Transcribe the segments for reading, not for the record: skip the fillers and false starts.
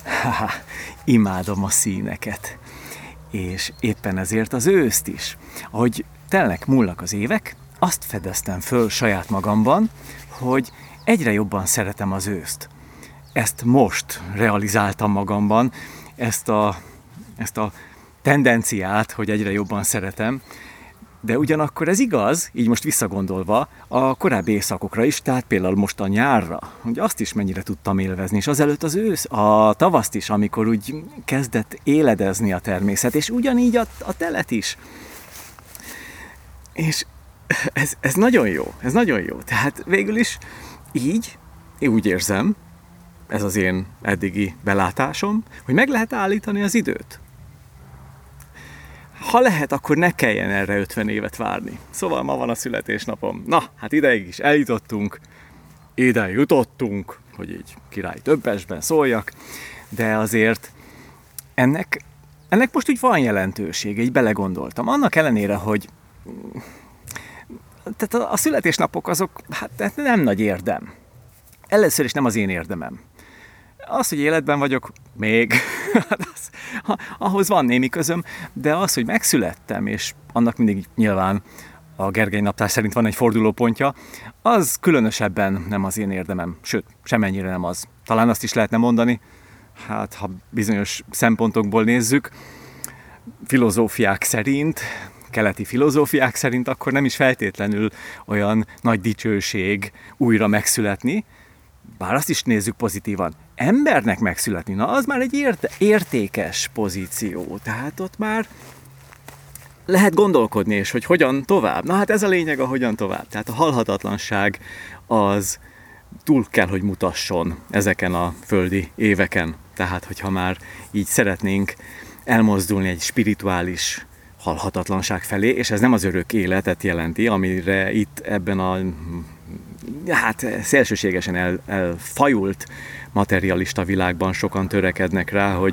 Haha, imádom a színeket. És éppen ezért az őszt is. Ahogy telnek múlnak az évek, azt fedeztem föl saját magamban, hogy egyre jobban szeretem az őszt. Ezt most realizáltam magamban, ezt a tendenciát, hogy egyre jobban szeretem, de ugyanakkor ez igaz, így most visszagondolva, a korábbi évszakokra is, tehát például most a nyárra, hogy azt is mennyire tudtam élvezni, és azelőtt az a tavaszt is, amikor úgy kezdett éledezni a természet, és ugyanígy a telet is. És ez nagyon jó, ez nagyon jó. Tehát végül is így, én úgy érzem, ez az én eddigi belátásom, hogy meg lehet állítani az időt. Ha lehet, akkor ne kelljen erre 50 évet várni. Szóval ma van a születésnapom. Na, hát ideig is eljutottunk, ide jutottunk, hogy így király többesben szóljak, de azért ennek most úgy van jelentősége, így belegondoltam. Annak ellenére, hogy tehát a születésnapok azok, hát nem nagy érdem. Először is nem az én érdemem. Az, hogy életben vagyok, még, ahhoz van némi közöm, de az, hogy megszülettem, és annak mindig nyilván a Gergely naptár szerint van egy fordulópontja, az különösebben nem az én érdemem, sőt, semennyire nem az. Talán azt is lehetne mondani, hát ha bizonyos szempontokból nézzük, filozófiák szerint, keleti filozófiák szerint, akkor nem is feltétlenül olyan nagy dicsőség újra megszületni, bár azt is nézzük pozitívan. Embernek megszületni, na az már egy értékes pozíció, tehát ott már lehet gondolkodni, és hogy hogyan tovább. Na hát ez a lényeg, a hogyan tovább. Tehát a halhatatlanság az túl kell, hogy mutasson ezeken a földi éveken. Tehát, hogyha már így szeretnénk elmozdulni egy spirituális halhatatlanság felé, és ez nem az örök életet jelenti, amire itt ebben a szélsőségesen elfajult materialista világban sokan törekednek rá, hogy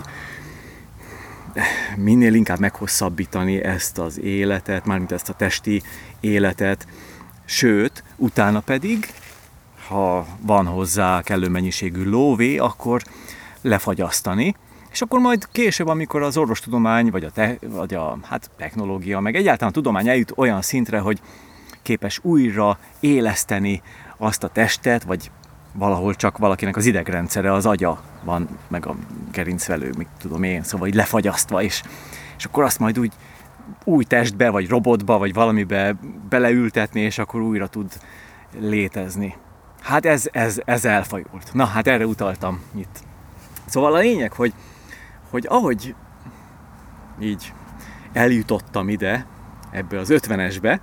minél inkább meghosszabbítani ezt az életet, mármint ezt a testi életet, sőt, utána pedig, ha van hozzá kellő mennyiségű lóvé, akkor lefagyasztani, és akkor majd később, amikor az orvostudomány, vagy a technológia, meg egyáltalán a tudomány eljut olyan szintre, hogy képes újra éleszteni azt a testet, vagy valahol csak valakinek az idegrendszere, az agya van, meg a gerincvelő, mit tudom én, szóval így lefagyasztva is. És akkor azt majd úgy új testbe, vagy robotba, vagy valamibe beleültetni, és akkor újra tud létezni. Hát ez elfajult. Na, hát erre utaltam itt. Szóval a lényeg, hogy ahogy így eljutottam ide, ebbe az 50-esbe,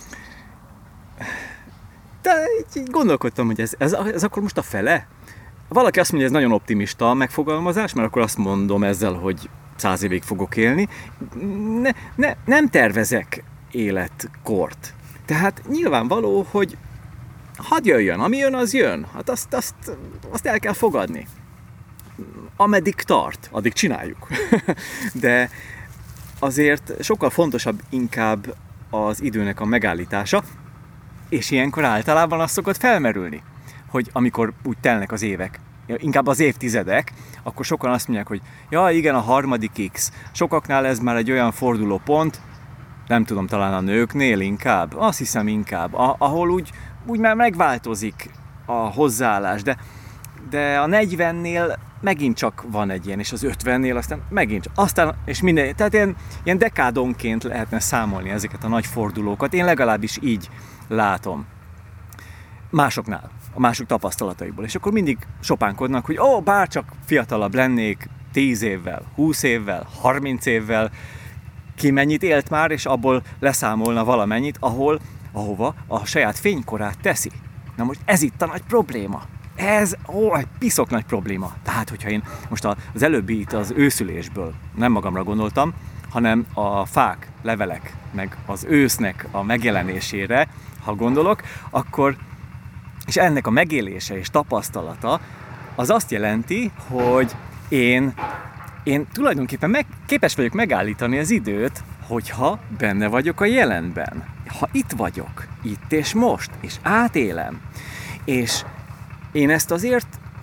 de így gondolkodtam, hogy ez akkor most a fele? Valaki azt mondja, ez nagyon optimista megfogalmazás, mert akkor azt mondom ezzel, hogy 100 évig fogok élni. Nem tervezek életkort. Tehát nyilvánvaló, hogy hadd jöjjön, ami jön, az jön. Hát azt el kell fogadni. Ameddig tart, addig csináljuk. De azért sokkal fontosabb inkább az időnek a megállítása, és ilyenkor általában az szokott felmerülni, hogy amikor úgy telnek az évek, inkább az évtizedek, akkor sokan azt mondják, hogy ja igen, a harmadik X. Sokaknál ez már egy olyan fordulópont, nem tudom, talán a nőknél inkább, azt hiszem inkább, ahol úgy már megváltozik a hozzáállás, de a 40-nél megint csak van egy ilyen, és az 50-nél aztán megint csak. Aztán, és minden, tehát ilyen dekádonként lehetne számolni ezeket a nagy fordulókat. Én legalábbis így látom másoknál, a mások tapasztalataiból. És akkor mindig sopánkodnak, hogy bárcsak fiatalabb lennék 10 évvel, 20 évvel, 30 évvel, ki mennyit élt már, és abból leszámolna valamennyit, ahova a saját fénykorát teszi. Na most ez itt a nagy probléma. Ez egy piszok nagy probléma. Tehát, hogyha én most az előbbi itt az őszülésből nem magamra gondoltam, hanem a fák, levelek, meg az ősznek a megjelenésére, ha gondolok, akkor, és ennek a megélése és tapasztalata, az azt jelenti, hogy én tulajdonképpen képes vagyok megállítani az időt, hogyha benne vagyok a jelenben. Ha itt vagyok, itt és most, és átélem. És én ezt azért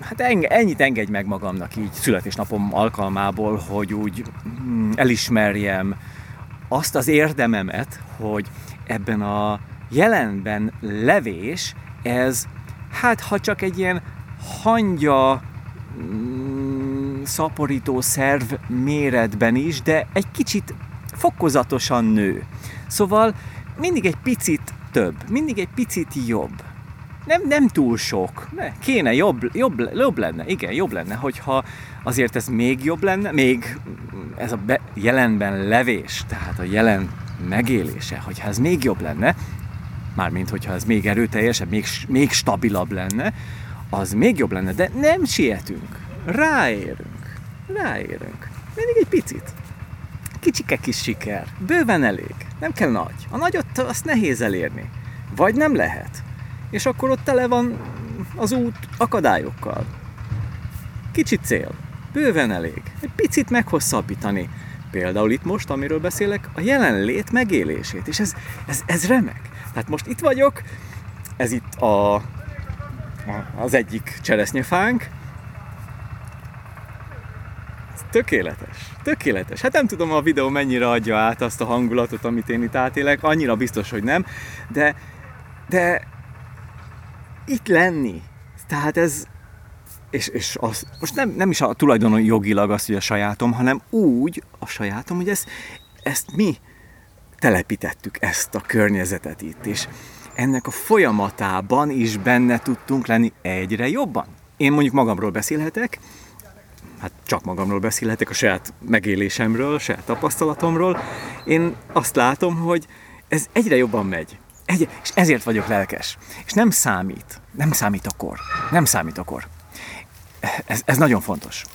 hát ennyit engedj meg magamnak így születésnapom alkalmából, hogy úgy elismerjem azt az érdememet, hogy ebben a jelenben levés, ez hát ha csak egy ilyen hangya szaporító szerv méretben is, de egy kicsit fokozatosan nő. Szóval mindig egy picit több, mindig egy picit jobb. Nem túl sok. Kéne jobb lenne, igen, jobb lenne, hogyha azért ez még jobb lenne, még ez a jelenben levés, tehát a jelen megélése, hogyha ez még jobb lenne, mármint hogyha ez még erőteljesebb, még stabilabb lenne, az még jobb lenne, de nem sietünk. Ráérünk. Mindig egy picit. Kicsike kis siker. Bőven elég. Nem kell nagy. A nagyot azt nehéz elérni. Vagy nem lehet. És akkor ott tele van az út akadályokkal. Kicsi cél. Bőven elég. Egy picit meghosszabbítani. Például itt most, amiről beszélek, a jelenlét megélését. És ez remek. Tehát most itt vagyok, ez itt az egyik cseresznyefánk. Tökéletes. Hát nem tudom, a videó mennyire adja át azt a hangulatot, amit én itt átélek, annyira biztos, hogy nem, de itt lenni, tehát ez, és az, most nem is a tulajdonon jogilag az, hogy a sajátom, hanem úgy a sajátom, hogy ezt mi telepítettük, ezt a környezetet itt, és ennek a folyamatában is benne tudtunk lenni egyre jobban. Én mondjuk magamról beszélhetek, hát csak magamról beszélhetek, a saját megélésemről, a saját tapasztalatomról. Én azt látom, hogy ez egyre jobban megy. És ezért vagyok lelkes. És nem számít a kor. Ez nagyon fontos.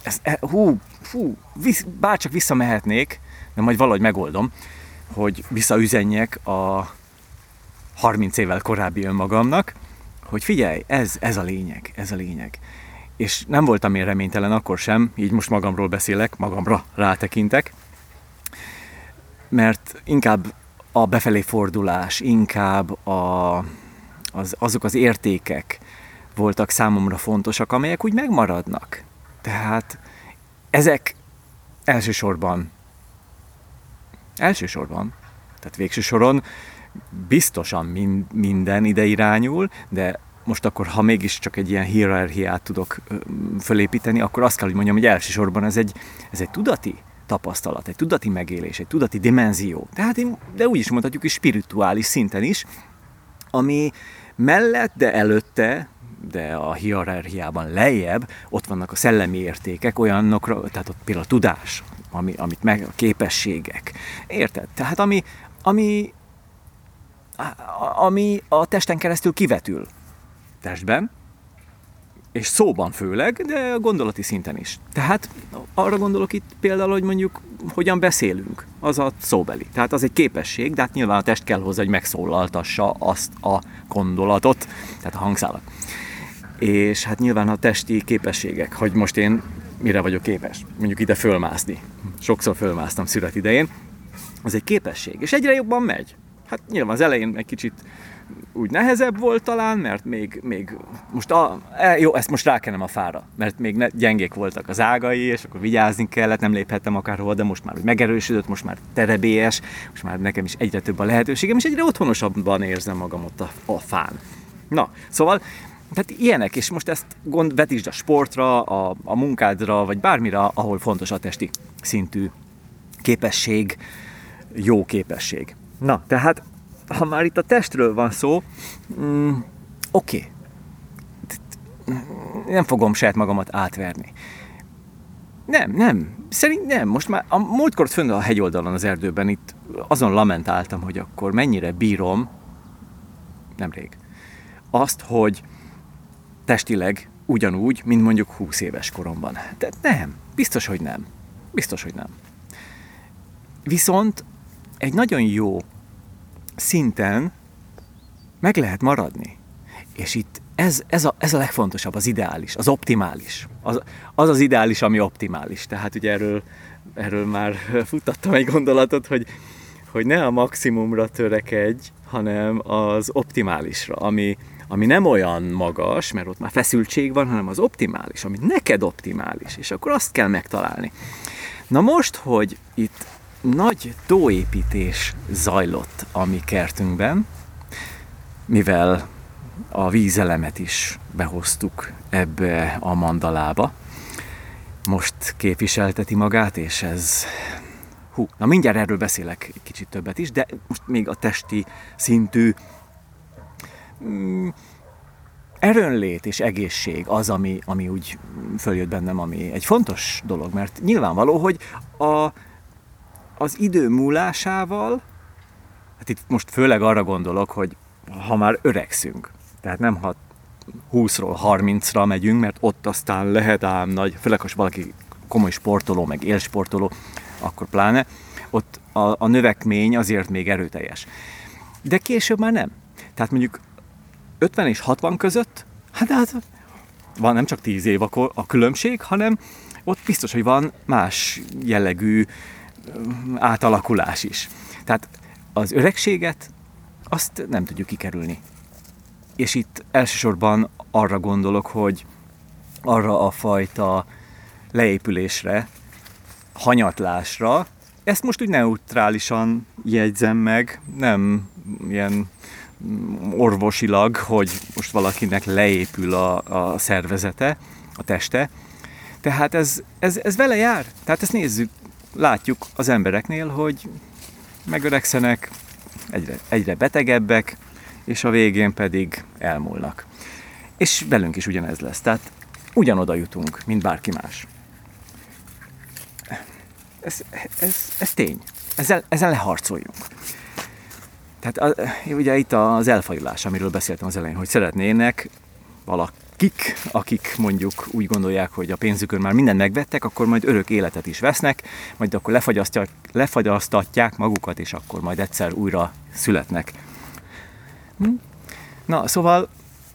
Bárcsak visszamehetnék, de majd valahogy megoldom, hogy visszaüzenjek a 30 évvel korábbi önmagamnak, hogy figyelj, ez a lényeg. És nem voltam én reménytelen akkor sem, így most magamról beszélek, magamra rátekintek, mert inkább a befelé fordulás, inkább azok az értékek voltak számomra fontosak, amelyek úgy megmaradnak. Tehát ezek elsősorban, tehát végső soron biztosan minden ide irányul, de most akkor, ha mégiscsak egy ilyen hierarchiát tudok fölépíteni, akkor azt kell, hogy mondjam, hogy elsősorban ez egy tudati tapasztalat, egy tudati megélés, egy tudati dimenzió. De úgy is mondhatjuk, hogy spirituális szinten is, ami mellett, de előtte, de a hierarchiában lejjebb, ott vannak a szellemi értékek, olyanokra, tehát ott például a tudás, amit a képességek. Érted? Tehát ami a testen keresztül kivetül. Testben, és szóban főleg, de a gondolati szinten is. Tehát arra gondolok itt például, hogy mondjuk hogyan beszélünk, az a szóbeli. Tehát az egy képesség, de hát nyilván a test kell hozzá, hogy megszólaltassa azt a gondolatot, tehát a hangszálat. És hát nyilván a testi képességek, hogy most én mire vagyok képes, mondjuk ide fölmászni. Sokszor fölmásztam szület idején, az egy képesség, és egyre jobban megy. Hát nyilván az elején egy kicsit úgy nehezebb volt talán, mert még most jó, ezt most rákenem a fára, mert még gyengék voltak az ágai, és akkor vigyázni kellett, nem léphettem akárhova, de most már úgy megerősödött, most már terebélyes, most már nekem is egyre több a lehetőségem, és egyre otthonosabban érzem magam ott a fán. Na, szóval, tehát ilyenek, és most ezt vetítsd a sportra, a munkádra, vagy bármire, ahol fontos a testi szintű képesség, jó képesség. Na, tehát ha már itt a testről van szó, oké. Nem fogom saját magamat átverni. Nem. Szerint nem. Most már a múltkor fönn a hegyoldalon az erdőben itt azon lamentáltam, hogy akkor mennyire bírom, nemrég, azt, hogy testileg ugyanúgy, mint mondjuk 20 éves koromban. De nem. Biztos, hogy nem. Viszont egy nagyon jó szinten meg lehet maradni. És itt ez a legfontosabb, az ideális, az optimális. Az ideális, ami optimális. Tehát ugye erről már futtattam egy gondolatot, hogy ne a maximumra törekedj, hanem az optimálisra, ami nem olyan magas, mert ott már feszültség van, hanem az optimális, ami neked optimális, és akkor azt kell megtalálni. Na most, hogy itt nagy tóépítés zajlott a mi kertünkben, mivel a vízelemet is behoztuk ebbe a mandalába, most képviselteti magát, és ez... Na mindjárt erről beszélek egy kicsit többet is, de most még a testi szintű erőnlét és egészség az, ami úgy följött bennem, ami egy fontos dolog, mert nyilvánvaló, hogy az idő múlásával, hát itt most főleg arra gondolok, hogy ha már öregszünk, tehát nem ha 20-ról 30-ra megyünk, mert ott aztán lehet ám nagy, főleg ha valaki komoly sportoló, meg élsportoló, akkor pláne, ott a növekmény azért még erőteljes. De később már nem. Tehát mondjuk 50 és 60 között, hát van nem csak 10 év a különbség, hanem ott biztos, hogy van más jellegű átalakulás is. Tehát az öregséget azt nem tudjuk kikerülni. És itt elsősorban arra gondolok, hogy arra a fajta leépülésre, hanyatlásra, ezt most úgy neutrálisan jegyzem meg, nem ilyen orvosilag, hogy most valakinek leépül a szervezete, a teste. Tehát ez vele jár. Tehát ezt nézzük, látjuk az embereknél, hogy megöregszenek, egyre betegebbek, és a végén pedig elmúlnak. És velünk is ugyanez lesz. Tehát ugyanoda jutunk, mint bárki más. Ez tény. Ezzel leharcoljunk. Tehát ugye itt az elfajulás, amiről beszéltem az elején, hogy szeretnének valakik, akik mondjuk úgy gondolják, hogy a pénzükön már mindent megvettek, akkor majd örök életet is vesznek, majd akkor lefagyasztatják magukat, és akkor majd egyszer újra születnek. Na, szóval,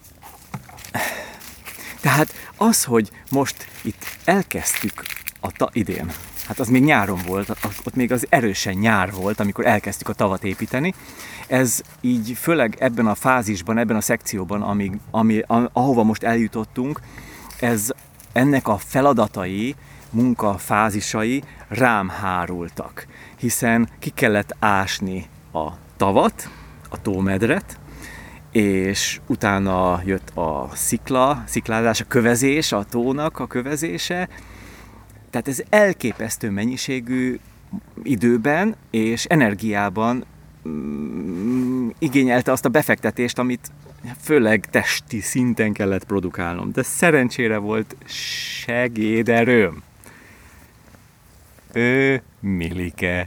tehát az, hogy most itt elkezdtük idén, hát az még nyáron volt, ott még az erősen nyár volt, amikor elkezdtük a tavat építeni. Ez így főleg ebben a fázisban, ebben a szekcióban, ahova most eljutottunk, ennek a feladatai, munkafázisai rám hárultak. Hiszen ki kellett ásni a tavat, a tómedret, és utána jött a sziklázás, a kövezés, a tónak a kövezése. Tehát ez elképesztő mennyiségű időben és energiában igényelte azt a befektetést, amit főleg testi szinten kellett produkálnom. De szerencsére volt segéderőm. Milike.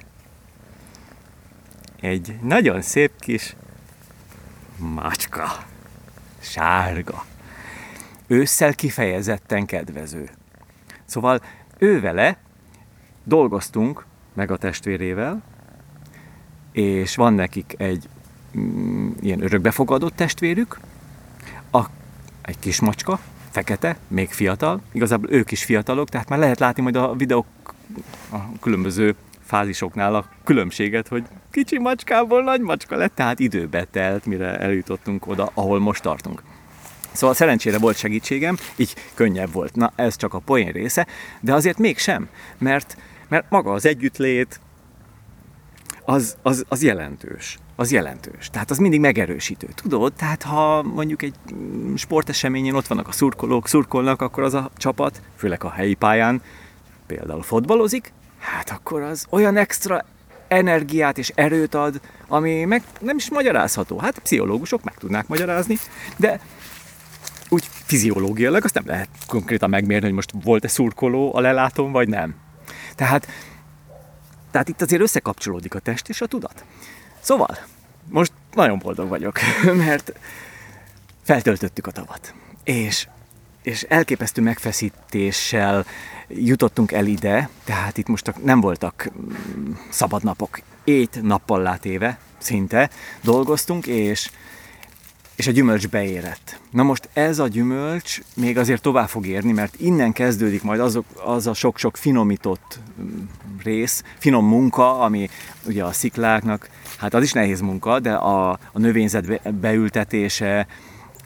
Egy nagyon szép kis macska. Sárga. Ősszel kifejezetten kedvező. Szóval ővele dolgoztunk meg a testvérével, és van nekik egy ilyen örökbefogadott testvérük, egy kis macska, fekete, még fiatal, igazából ők is fiatalok, tehát már lehet látni majd a videók a különböző fázisoknál a különbséget, hogy kicsi macskából nagy macska lett, tehát időbe telt, mire eljutottunk oda, ahol most tartunk. Szóval szerencsére volt segítségem, így könnyebb volt. Na, ez csak a poén része, de azért mégsem, mert maga az együttlét, az jelentős. Az jelentős. Tehát az mindig megerősítő. Tudod, tehát ha mondjuk egy sporteseményen ott vannak a szurkolók, szurkolnak, akkor az a csapat, főleg a helyi pályán, például fotbalozik, hát akkor az olyan extra energiát és erőt ad, ami meg nem is magyarázható. Hát a pszichológusok meg tudnák magyarázni, de úgy fiziológiailag azt nem lehet konkrétan megmérni, hogy most volt-e szurkoló a lelátón, vagy nem. Tehát itt azért összekapcsolódik a test és a tudat. Szóval, most nagyon boldog vagyok, mert feltöltöttük a tavat. És elképesztő megfeszítéssel jutottunk el ide, tehát itt most nem voltak szabadnapok. 7 nappal látéve, szinte dolgoztunk, és a gyümölcs beérett. Na most ez a gyümölcs még azért tovább fog érni, mert innen kezdődik majd az a sok-sok finomított rész, finom munka, ami ugye a szikláknak, hát az is nehéz munka, de a növényzet beültetése,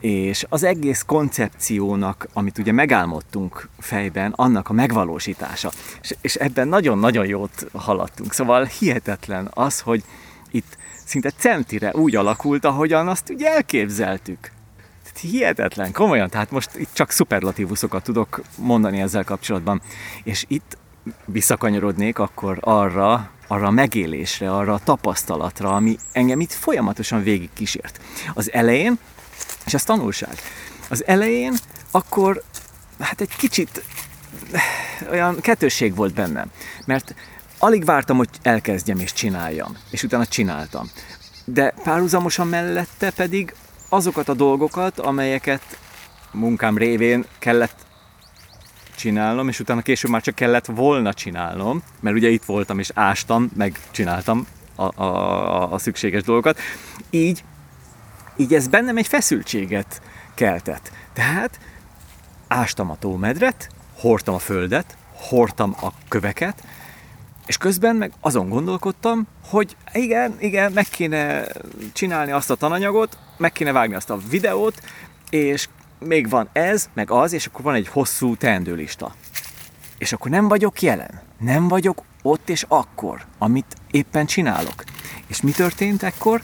és az egész koncepciónak, amit ugye megálmodtunk fejben, annak a megvalósítása. És ebben nagyon-nagyon jót haladtunk. Szóval hihetetlen az, hogy itt szinte centire úgy alakult, ahogyan azt ugye elképzeltük. Hihetetlen, komolyan, tehát most itt csak szuperlatívuszokat tudok mondani ezzel kapcsolatban. És itt visszakanyarodnék akkor arra a megélésre, arra a tapasztalatra, ami engem itt folyamatosan végig kísért. Az elején, és ez tanulság, az elején akkor hát egy kicsit olyan kettősség volt bennem, mert alig vártam, hogy elkezdjem és csináljam, és utána csináltam. De párhuzamosan mellette pedig azokat a dolgokat, amelyeket munkám révén kellett csinálnom, és utána később már csak kellett volna csinálnom, mert ugye itt voltam és ástam, meg csináltam a szükséges dolgokat. Így ez bennem egy feszültséget keltett. Tehát ástam a tómedret, hordtam a földet, hordtam a köveket, és közben meg azon gondolkodtam, hogy igen, meg kéne csinálni azt a tananyagot, meg kéne vágni azt a videót, és még van ez, meg az, és akkor van egy hosszú teendőlista. És akkor nem vagyok jelen. Nem vagyok ott és akkor, amit éppen csinálok. És mi történt ekkor?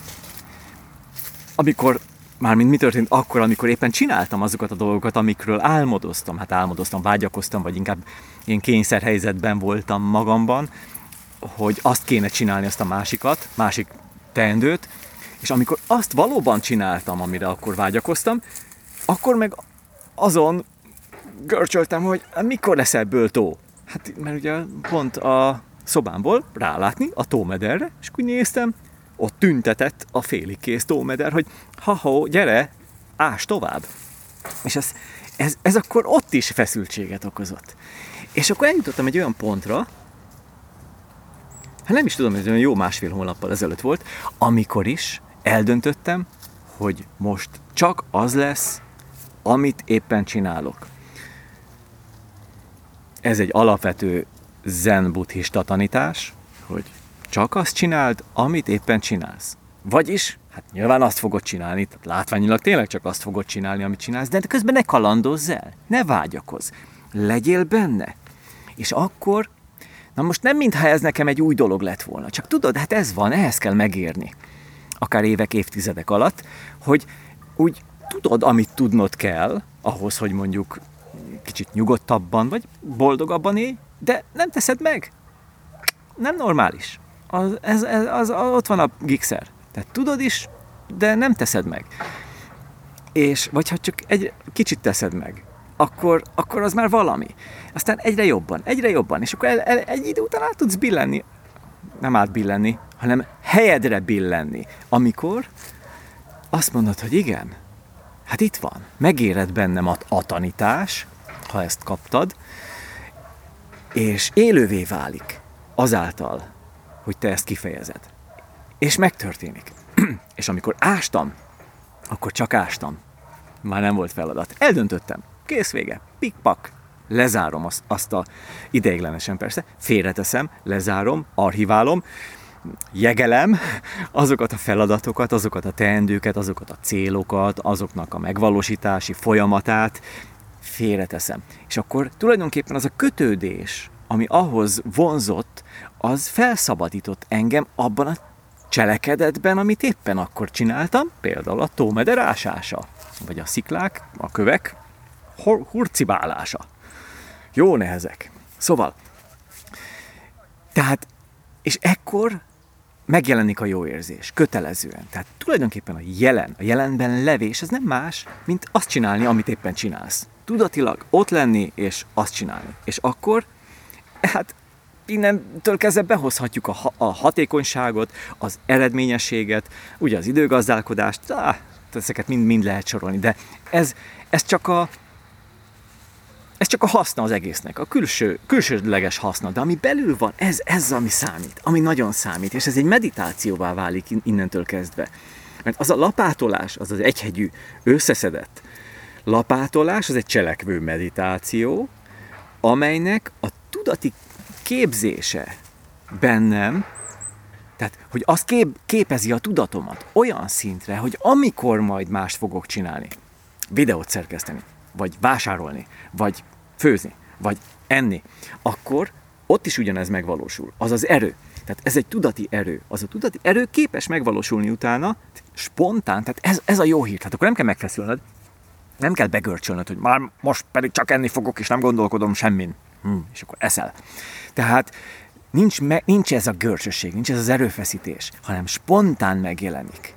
Mi történt akkor, amikor éppen csináltam azokat a dolgokat, amikről álmodoztam. Hát álmodoztam, vágyakoztam, vagy inkább én kényszerhelyzetben voltam magamban, hogy azt kéne csinálni, azt a másik teendőt, és amikor azt valóban csináltam, amire akkor vágyakoztam, akkor meg azon görcsöltem, hogy mikor lesz ebből tó. Hát, mert ugye pont a szobámból rálátni a tómederre, és akkor néztem, ott tüntetett a félig kész tómeder, hogy gyere, ás tovább. És ez akkor ott is feszültséget okozott. És akkor eljutottam egy olyan pontra, hát nem is tudom, hogy olyan jó 1,5 hónappal ezelőtt volt, amikor is eldöntöttem, hogy most csak az lesz, amit éppen csinálok. Ez egy alapvető zen-buddhista tanítás, hogy csak azt csináld, amit éppen csinálsz. Vagyis, hát nyilván azt fogod csinálni, tehát látványilag tényleg csak azt fogod csinálni, amit csinálsz, de közben ne kalandozz el, ne vágyakozz, legyél benne. És akkor, na most nem mintha ez nekem egy új dolog lett volna, csak tudod, hát ez van, ehhez kell megérni. Akár évek, évtizedek alatt, hogy úgy tudod, amit tudnod kell, ahhoz, hogy mondjuk kicsit nyugodtabban, vagy boldogabban élj, de nem teszed meg. Nem normális. Ott van a gigszer. Tehát tudod is, de nem teszed meg. És, vagy ha csak egy kicsit teszed meg, akkor az már valami. Aztán egyre jobban, és akkor egy idő után át tudsz billenni. Nem átbillenni, hanem helyedre billenni. Amikor azt mondod, hogy igen, hát itt van, megéred bennem a tanítás, ha ezt kaptad, és élővé válik azáltal, hogy te ezt kifejezed. És megtörténik. És amikor ástam, akkor csak ástam. Már nem volt feladat. Eldöntöttem. Kész vége. Pik-pak. Lezárom azt a ideiglenesen persze. Félreteszem, lezárom, archiválom, jegelem azokat a feladatokat, azokat a teendőket, azokat a célokat, azoknak a megvalósítási folyamatát félreteszem. És akkor tulajdonképpen az a kötődés, ami ahhoz vonzott, az felszabadított engem abban a cselekedetben, amit éppen akkor csináltam, például a tómeder ásása, vagy a sziklák, a kövek hurcibálása. Jó nehezek. Szóval, tehát, és ekkor megjelenik a jó érzés, kötelezően. Tehát tulajdonképpen a jelenben levés, ez nem más, mint azt csinálni, amit éppen csinálsz. Tudatilag ott lenni, és azt csinálni. És akkor, hát innentől kezdve behozhatjuk a hatékonyságot, az eredményességet, ugye az időgazdálkodást, ezeket mind lehet sorolni, de ez csak a haszna az egésznek, a külsőleges haszna, de ami belül van, ez ami számít, ami nagyon számít, és ez egy meditációvá válik innentől kezdve. Mert az a lapátolás, az egyhegyű összeszedett lapátolás, az egy cselekvő meditáció, amelynek a tudati képzése bennem, tehát, hogy az képezi a tudatomat olyan szintre, hogy amikor majd mást fogok csinálni, videót szerkeszteni, vagy vásárolni, vagy főzni, vagy enni, akkor ott is ugyanez megvalósul. Az az erő. Tehát ez egy tudati erő. Az a tudati erő képes megvalósulni utána, spontán, tehát ez a jó hír. Tehát akkor nem kell megfeszülnöd, nem kell begörcsölnöd, hogy már most pedig csak enni fogok, és nem gondolkodom semmin. És akkor eszel. Tehát nincs ez a görcsösség, nincs ez az erőfeszítés, hanem spontán megjelenik.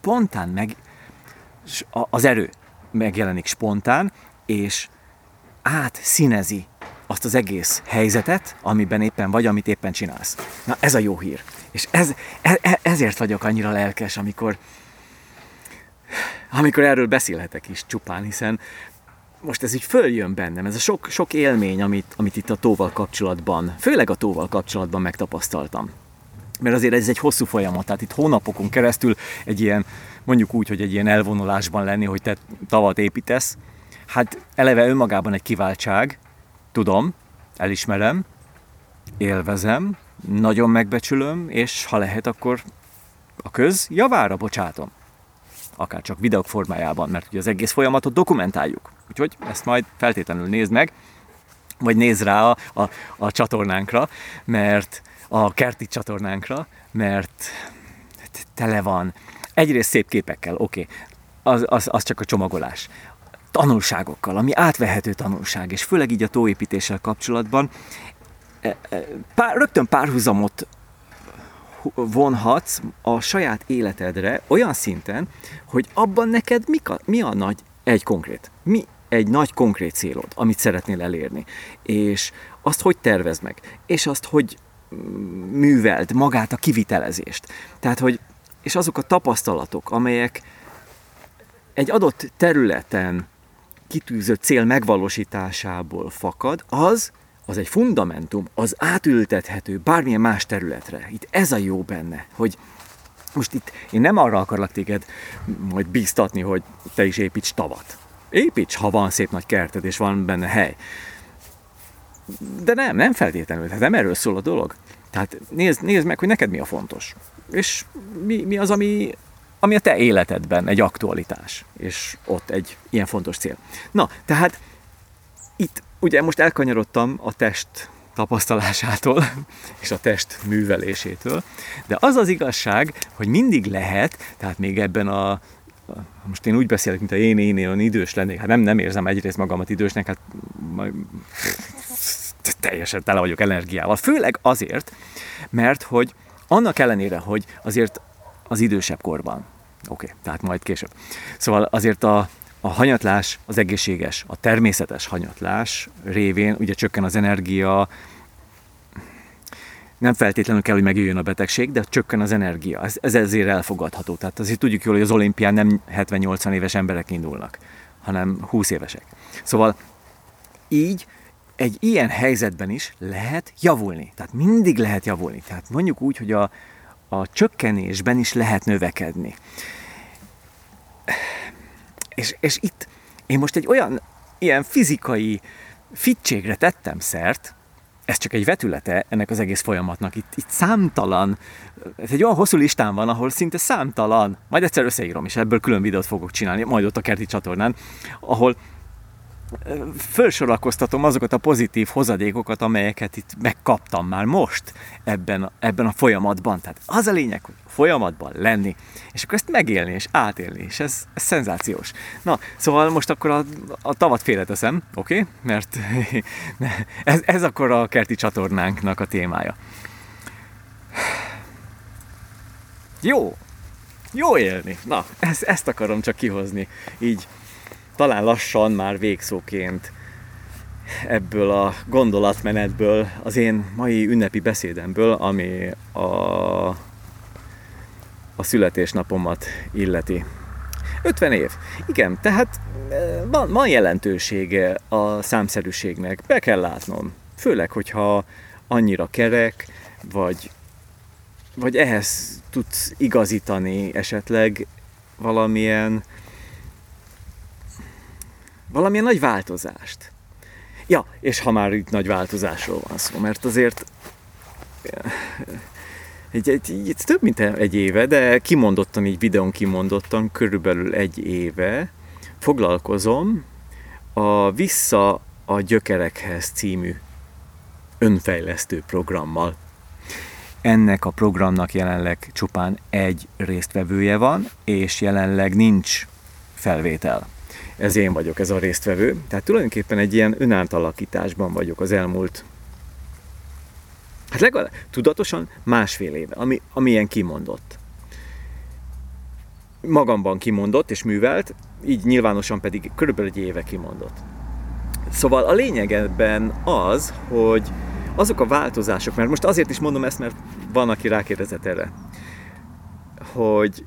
Az erő megjelenik spontán, és átszínezi azt az egész helyzetet, amiben éppen vagy, amit éppen csinálsz. Na, ez a jó hír. És ezért vagyok annyira lelkes, amikor erről beszélhetek is csupán, hiszen most ez így följön bennem, ez a sok élmény, amit itt a tóval kapcsolatban, főleg a tóval kapcsolatban megtapasztaltam. Mert azért ez egy hosszú folyamat, tehát itt hónapokon keresztül egy ilyen, mondjuk úgy, hogy egy ilyen elvonulásban lenni, hogy te tavat építesz, hát eleve önmagában egy kiváltság, tudom, elismerem, élvezem, nagyon megbecsülöm, és ha lehet, akkor a köz javára bocsátom. Akár csak videók formájában, mert ugye az egész folyamatot dokumentáljuk. Úgyhogy ezt majd feltétlenül nézd meg, vagy nézz rá a csatornánkra, mert a kerti csatornánkra, mert tele van. Egyrészt szép képekkel, oké, az csak a csomagolás. Tanulságokkal, ami átvehető tanulság, és főleg így a tóépítéssel kapcsolatban rögtön párhuzamot vonhatsz a saját életedre olyan szinten, hogy abban neked mi a nagy mi egy nagy konkrét célod, amit szeretnél elérni, és azt hogy tervezd meg, és azt hogy műveld magát a kivitelezést. Tehát, és azok a tapasztalatok, amelyek egy adott területen kitűzött cél megvalósításából fakad, az egy fundamentum, az átültethető bármilyen más területre. Itt ez a jó benne, hogy most itt én nem arra akarlak téged majd bíztatni, hogy te is építs tavat. Építs, ha van szép nagy kerted, és van benne hely. De nem feltétlenül, tehát nem erről szól a dolog. Tehát nézd meg, hogy neked mi a fontos. És mi az, ami a te életedben egy aktualitás, és ott egy ilyen fontos cél. Na, tehát itt ugye most elkanyarodtam a test tapasztalásától, és a test művelésétől, de az az igazság, hogy mindig lehet, tehát még ebben most én úgy beszélek, mint én olyan idős lennék, hát nem érzem egyrészt magamat idősnek, hát teljesen tele vagyok energiával. Főleg azért, mert hogy annak ellenére, hogy azért az idősebb korban, tehát majd később. Szóval azért a hanyatlás, az egészséges, a természetes hanyatlás révén ugye csökken az energia, nem feltétlenül kell, hogy megjöjjön a betegség, de csökken az energia. Ez ezért elfogadható. Tehát azért tudjuk jól, hogy az olimpián nem 70-80 éves emberek indulnak, hanem 20 évesek. Szóval így egy ilyen helyzetben is lehet javulni. Tehát mindig lehet javulni. Tehát mondjuk úgy, hogy a csökkenésben is lehet növekedni. És itt én most egy ilyen fizikai fittségre tettem szert, ez csak egy vetülete ennek az egész folyamatnak. Itt számtalan, ez egy olyan hosszú listán van, ahol szinte számtalan, majd egyszer összeírom, és ebből külön videót fogok csinálni, majd ott a kerti csatornán, ahol felsorakoztatom azokat a pozitív hozadékokat, amelyeket itt megkaptam már most ebben a folyamatban. Tehát az a lényeg, hogy folyamatban lenni, és akkor ezt megélni és átélni, és ez szenzációs. Na, szóval most akkor a tavat félreteszem, oké? Mert ez akkor a kerti csatornánknak a témája. Jó élni. Na, ezt akarom csak kihozni, így talán lassan már végszóként ebből a gondolatmenetből, az én mai ünnepi beszédemből, ami a születésnapomat illeti. 50 év. Igen, tehát van jelentősége a számszerűségnek, be kell látnom. Főleg, hogyha annyira kerek, vagy ehhez tudsz igazítani esetleg valamilyen nagy változást. Ja, és ha már itt nagy változásról van szó, mert azért több mint egy éve, de videón kimondottan körülbelül egy éve foglalkozom a Vissza a gyökerekhez című önfejlesztő programmal. Ennek a programnak jelenleg csupán egy résztvevője van, és jelenleg nincs felvétel. Ez én vagyok, ez a résztvevő. Tehát tulajdonképpen egy ilyen önáltalakításban vagyok az elmúlt, hát legalább tudatosan másfél éve, ami ilyen kimondott. Magamban kimondott és művelt, így nyilvánosan pedig körülbelül egy éve kimondott. Szóval a lényeg ebben az, hogy azok a változások, mert most azért is mondom ezt, mert van, aki rákérdezett erre, hogy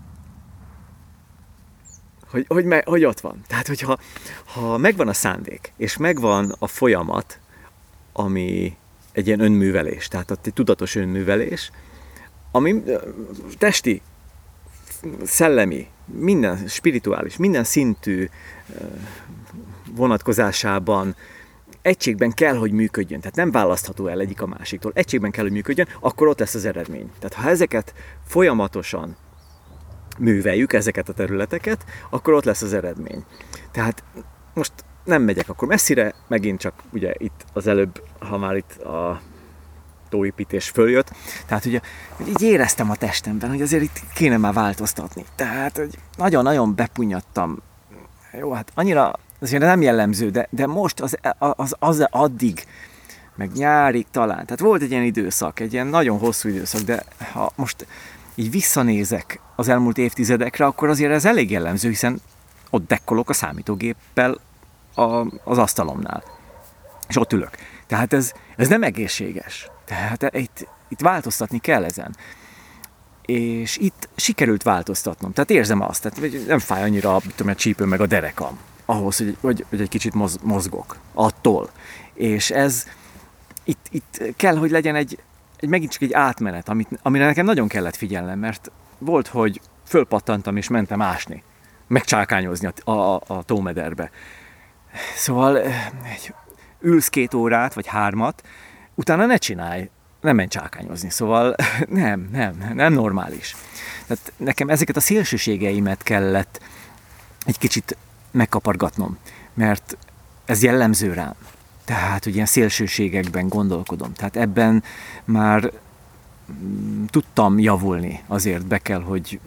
ott van. Tehát, hogyha megvan a szándék, és megvan a folyamat, ami egy ilyen önművelés, tehát egy tudatos önművelés, ami testi, szellemi, minden spirituális, minden szintű vonatkozásában egységben kell, hogy működjön. Tehát nem választható el egyik a másiktól. Egységben kell, hogy működjön, akkor ott lesz az eredmény. Tehát ha ezeket folyamatosan műveljük, ezeket a területeket, akkor ott lesz az eredmény. Tehát most nem megyek akkor messzire, megint csak ugye itt az előbb, ha már itt a tóépítés följött. Tehát ugye így éreztem a testemben, hogy azért itt kéne már változtatni. Tehát hogy nagyon-nagyon bepunyadtam. Jó, hát annyira azért nem jellemző, de most az addig, meg nyárig talán. Tehát volt egy ilyen időszak, egy ilyen nagyon hosszú időszak, de ha most így visszanézek az elmúlt évtizedekre, akkor azért ez elég jellemző, hiszen ott dekkolok a számítógéppel az asztalomnál. És ott ülök. Tehát ez nem egészséges. Tehát itt változtatni kell ezen. És itt sikerült változtatnom. Tehát érzem azt, tehát nem fáj annyira a csípő meg a derekam ahhoz, hogy egy kicsit mozgok attól. És ez itt kell, hogy legyen megint csak egy átmenet, amire nekem nagyon kellett figyelnem, mert volt, hogy fölpattantam és mentem ásni, megcsákányozni a tómederbe. Szóval ülsz 2 órát, vagy 3, utána ne csinálj, nem menj csákányozni. Szóval nem normális. Tehát nekem ezeket a szélsőségeimet kellett egy kicsit megkapargatnom, mert ez jellemző rám. Tehát, hogy ilyen szélsőségekben gondolkodom. Tehát ebben már tudtam javulni, azért be kell, hogy...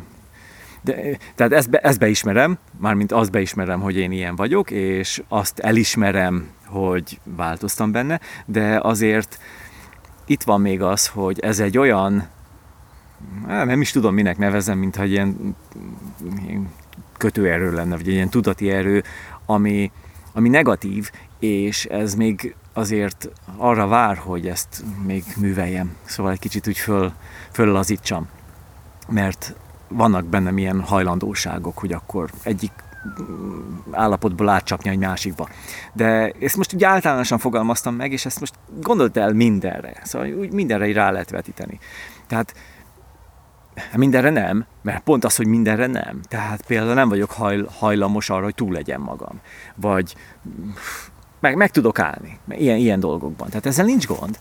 Tehát ezt beismerem, mármint azt beismerem, hogy én ilyen vagyok, és azt elismerem, hogy változtam benne, de azért itt van még az, hogy ez egy olyan, nem is tudom, minek nevezem, mintha egy ilyen kötőerő lenne, vagy egy ilyen tudati erő, ami negatív, és ez még azért arra vár, hogy ezt még műveljem. Szóval egy kicsit úgy föllazítsam. Mert vannak bennem ilyen hajlandóságok, hogy akkor egyik állapotból átcsapni egy másikba. De ezt most ugye általánosan fogalmaztam meg, és ezt most gondolt el mindenre. Szóval úgy mindenre így rá lehet vetíteni. Tehát mindenre nem, mert pont az, hogy mindenre nem. Tehát például nem vagyok hajlamos arra, hogy túl legyen magam. Vagy meg tudok állni. Ilyen dolgokban. Tehát ezzel nincs gond.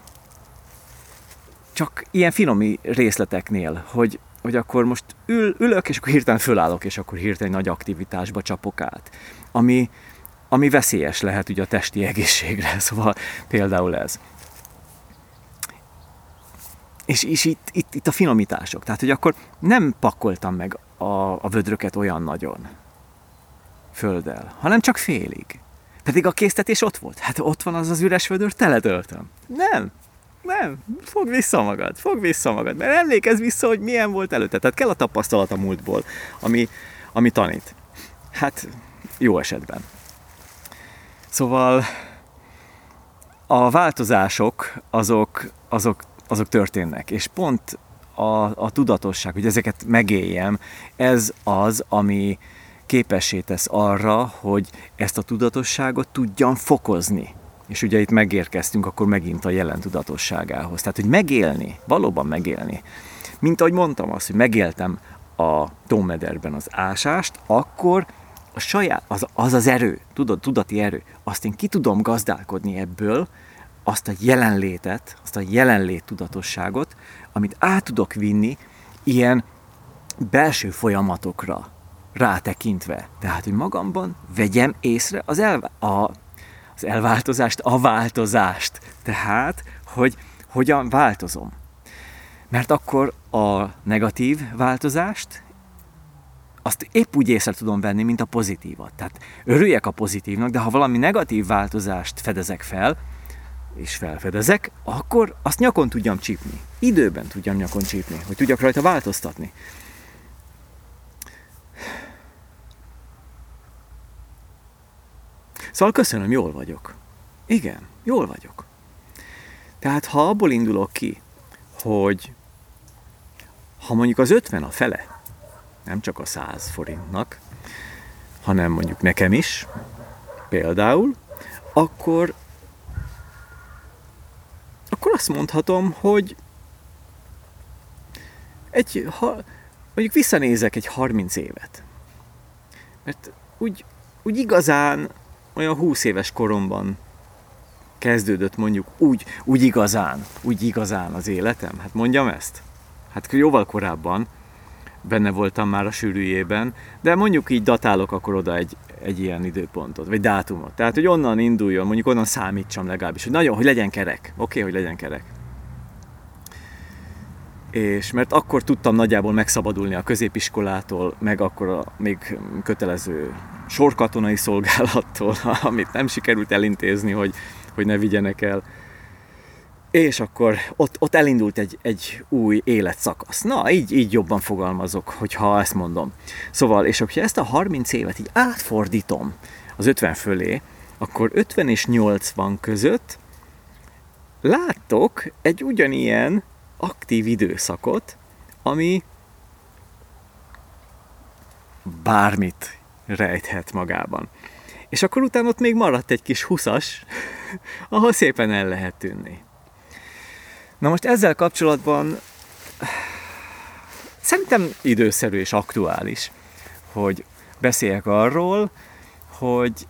Csak ilyen finomi részleteknél, hogy akkor most ülök, és akkor hirtelen fölállok, és akkor hirtelen nagy aktivitásba csapok át. Ami veszélyes lehet ugye a testi egészségre. Szóval például ez. És itt a finomítások. Tehát, hogy akkor nem pakoltam meg a vödröket olyan nagyon földdel, hanem csak félig. Pedig a késztetés ott volt. Hát ott van az üres vödör, teletöltöm. Nem. Fogd vissza magad. Mert emlékezz vissza, hogy milyen volt előtte. Tehát kell a tapasztalat a múltból, ami tanít. Hát jó esetben. Szóval a változások azok történnek, és pont a tudatosság, hogy ezeket megéljem, ez az, ami képessé tesz arra, hogy ezt a tudatosságot tudjam fokozni. És ugye itt megérkeztünk akkor megint a jelen tudatosságához. Tehát, hogy megélni, valóban megélni. Mint ahogy mondtam azt, hogy megéltem a tómederben az ásást, akkor a saját, az erő, tudati erő, azt én ki tudom gazdálkodni ebből, azt a jelenlétet, azt a jelenlét tudatosságot, amit át tudok vinni ilyen belső folyamatokra, rátekintve. Tehát, hogy magamban vegyem észre az elváltozást, a változást. Tehát, hogy hogyan változom. Mert akkor a negatív változást, azt épp úgy észre tudom venni, mint a pozitívat. Tehát örüljek a pozitívnak, de ha valami negatív változást fedezek fel, és felfedezek, akkor azt nyakon tudjam csípni. Időben tudjam nyakon csípni, hogy tudjak rajta változtatni. Szóval köszönöm, jól vagyok. Igen, jól vagyok. Tehát ha abból indulok ki, hogy ha mondjuk az 50 a fele, nem csak a 100 forintnak, hanem mondjuk nekem is, például, akkor azt mondhatom, hogy mondjuk visszanézek egy 30 évet. Mert úgy igazán olyan 20 éves koromban kezdődött mondjuk úgy igazán az életem. Hát mondjam ezt? Hát jóval korábban benne voltam már a sűrűjében, de mondjuk így datálok akkor oda egy ilyen időpontot, vagy dátumot. Tehát, hogy onnan induljon, mondjuk onnan számítsam legalábbis, hogy nagyon, hogy legyen kerek. Oké, hogy legyen kerek. És mert akkor tudtam nagyjából megszabadulni a középiskolától, meg akkor a még kötelező sorkatonai szolgálattól, amit nem sikerült elintézni, hogy ne vigyenek el. És akkor ott elindult egy új életszakasz. Na, így jobban fogalmazok, hogyha ezt mondom. Szóval, és hogyha ezt a 30 évet így átfordítom az 50 fölé, akkor 50 és 80 között láttok egy ugyanilyen aktív időszakot, ami bármit rejthet magában. És akkor utána ott még maradt egy kis 20-as, ahol szépen el lehet tűnni. Na most ezzel kapcsolatban szerintem időszerű és aktuális, hogy beszéljek arról, hogy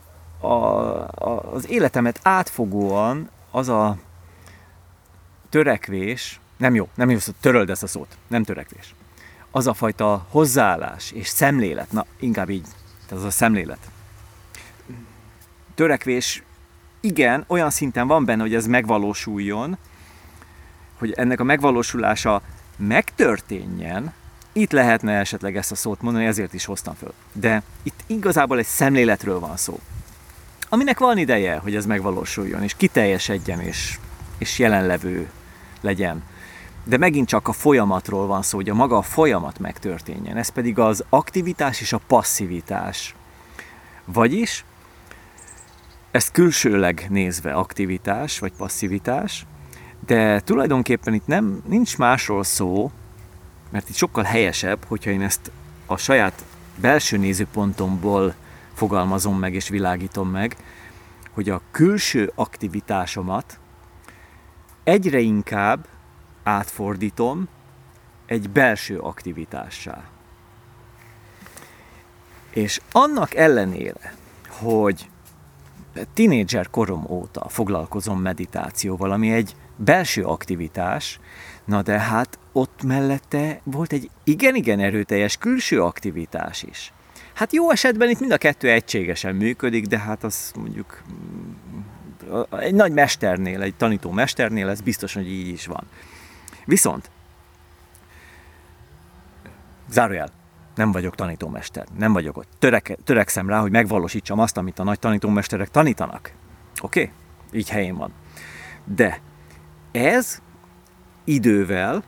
az életemet átfogóan az a törekvés, nem jó, töröld ezt a szót, nem törekvés. Az a fajta hozzáállás és szemlélet, na inkább így, tehát az a szemlélet. Törekvés, igen, olyan szinten van benne, hogy ez megvalósuljon, hogy ennek a megvalósulása megtörténjen, itt lehetne esetleg ezt a szót mondani, ezért is hoztam föl. De itt igazából egy szemléletről van szó, aminek van ideje, hogy ez megvalósuljon, és kiteljesedjen, és jelenlevő legyen. De megint csak a folyamatról van szó, hogy a maga a folyamat megtörténjen. Ez pedig az aktivitás és a passzivitás. Vagyis, ezt külsőleg nézve aktivitás vagy passzivitás, de tulajdonképpen itt nincs másról szó, mert itt sokkal helyesebb, hogyha én ezt a saját belső nézőpontomból fogalmazom meg és világítom meg, hogy a külső aktivitásomat egyre inkább átfordítom egy belső aktivitássá. És annak ellenére, hogy tínédzser korom óta foglalkozom meditációval, ami egy belső aktivitás, na de hát ott mellette volt egy igen erőteljes külső aktivitás is. Hát jó esetben itt mind a kettő egységesen működik, de hát az mondjuk egy nagy mesternél, egy tanító mesternél ez biztos, hogy így is van. Viszont, zárójel, nem vagyok tanítómester, nem vagyok ott. Törekszem rá, hogy megvalósítsam azt, amit a nagy tanítómesterek tanítanak. Oké? Így helyén van. De ez idővel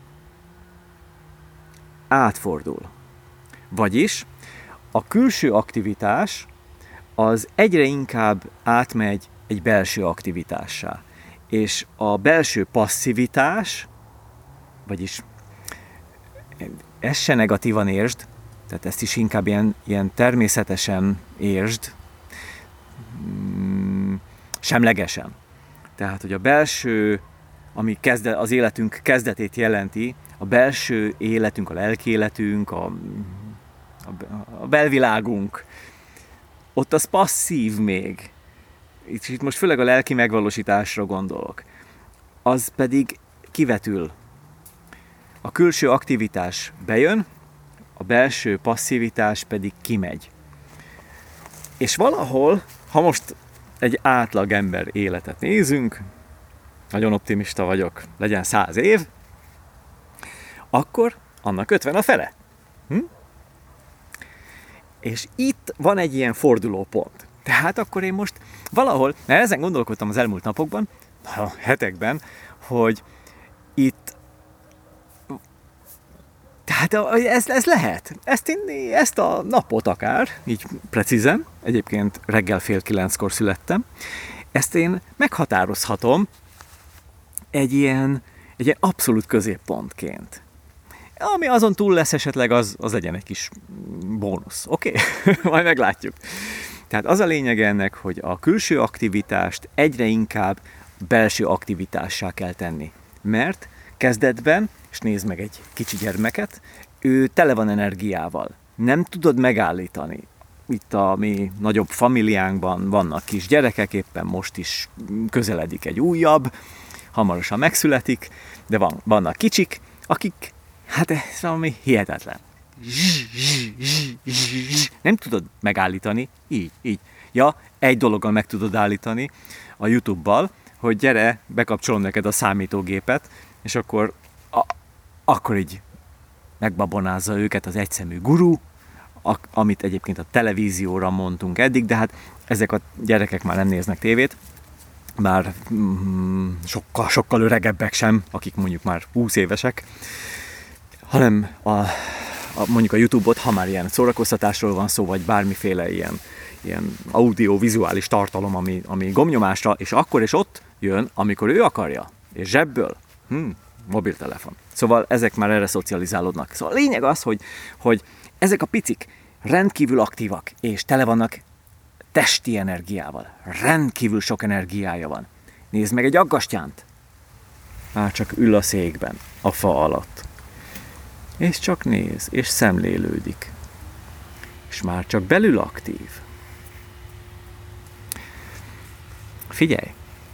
átfordul. Vagyis a külső aktivitás az egyre inkább átmegy egy belső aktivitássá. És a belső passzivitás, vagyis ezt se negatívan értsd, tehát ezt is inkább ilyen természetesen értsd, semlegesen. Tehát, hogy a belső, ami az életünk kezdetét jelenti, a belső életünk, a lelki életünk, a belvilágunk, ott az passzív még. Itt most főleg a lelki megvalósításra gondolok. Az pedig kivetül. A külső aktivitás bejön, a belső passzivitás pedig kimegy. És valahol, ha most egy átlag ember életet nézünk, nagyon optimista vagyok, legyen 100 év, akkor annak 50 a fele. És itt van egy ilyen fordulópont. Tehát akkor én most valahol, mert ezen gondolkodtam az elmúlt napokban, hetekben, hogy itt tehát ez lehet. Ezt a napot akár, így precízen, egyébként reggel 8:30 születtem, ezt én meghatározhatom egy ilyen abszolút középpontként. Ami azon túl lesz esetleg, az legyen egy kis bónusz. Oké? Majd meglátjuk. Tehát az a lényeg ennek, hogy a külső aktivitást egyre inkább belső aktivitássá kell tenni. Mert kezdetben, és nézd meg egy kicsi gyermeket, ő tele van energiával. Nem tudod megállítani. Itt a mi nagyobb familiánkban vannak kis gyerekek, éppen most is közeledik egy újabb, hamarosan megszületik, de vannak kicsik, akik, hát ez valami hihetetlen. Nem tudod megállítani, így. Ja, egy dologgal meg tudod állítani, a YouTube-bal, hogy gyere, bekapcsolom neked a számítógépet, és akkor így megbabonázza őket az egyszemű guru, amit egyébként a televízióra mondtunk eddig, de hát ezek a gyerekek már nem néznek tévét, bár sokkal öregebbek sem, akik mondjuk már 20 évesek, hanem mondjuk a YouTube-ot, ha már ilyen szórakoztatásról van szó, vagy bármiféle ilyen audio-vizuális tartalom, ami gombnyomásra, és akkor és ott jön, amikor ő akarja, és zsebből, mobiltelefon. Szóval ezek már erre szocializálódnak. Szóval a lényeg az, hogy ezek a picik rendkívül aktívak, és tele vannak testi energiával. Rendkívül sok energiája van. Nézd meg egy aggastyánt. Már csak ül a székben, a fa alatt. És csak néz, és szemlélődik. És már csak belül aktív. Figyelj!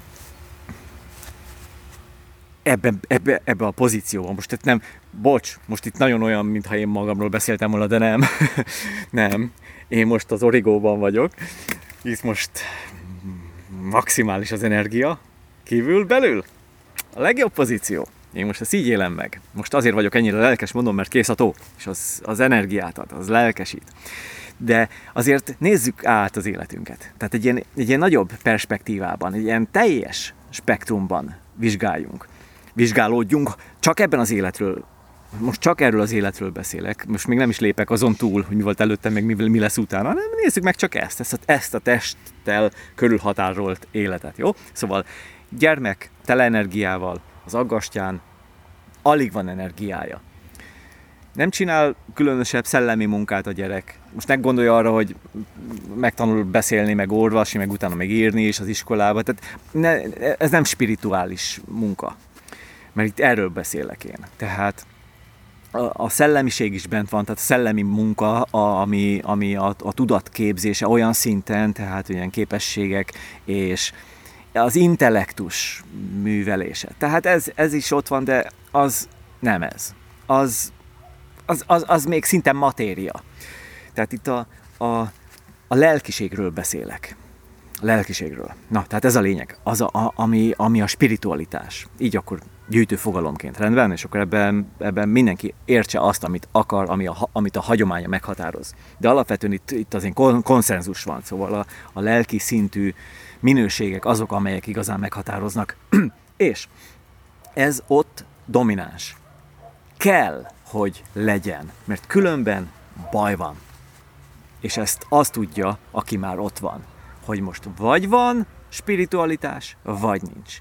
Ebbe a pozícióban. Most nem, most itt nagyon olyan, mintha én magamról beszéltem volna, de nem. Nem. Én most az origóban vagyok. Itt most maximális az energia. Belül. A legjobb pozíció. Én most ezt így élem meg. Most azért vagyok ennyire lelkes, mondom, mert kész a tó. És az energiát ad, az lelkesít. De azért nézzük át az életünket. Tehát egy ilyen nagyobb perspektívában, egy ilyen teljes spektrumban vizsgálódjunk, csak ebben az életről. Most csak erről az életről beszélek, most még nem is lépek azon túl, hogy mi volt előttem, meg mi lesz utána, hanem nézzük meg csak ezt a testtel körülhatárolt életet, jó? Szóval gyermek tele energiával, az aggastyán alig van energiája. Nem csinál különösebb szellemi munkát a gyerek. Most ne gondolja arra, hogy megtanul beszélni, meg olvasni, meg utána meg írni is az iskolába. Tehát ez nem spirituális munka. Mert itt erről beszélek én. Tehát a szellemiség is bent van, tehát a szellemi munka, ami a tudatképzése olyan szinten, tehát olyan képességek és az intellektus művelése. Tehát ez is ott van, de az nem ez. Az még szinte matéria. Tehát itt a lelkiségről beszélek. A lelkiségről. Na, tehát ez a lényeg. Ami a spiritualitás. Így akkor gyűjtő fogalomként rendben, és akkor ebben mindenki értse azt, amit akar, amit a hagyománya meghatároz. De alapvetően itt azért konszenzus van, szóval a lelki szintű minőségek azok, amelyek igazán meghatároznak. És ez ott domináns. Kell, hogy legyen, mert különben baj van. És ezt azt tudja, aki már ott van, hogy most vagy van spiritualitás, vagy nincs.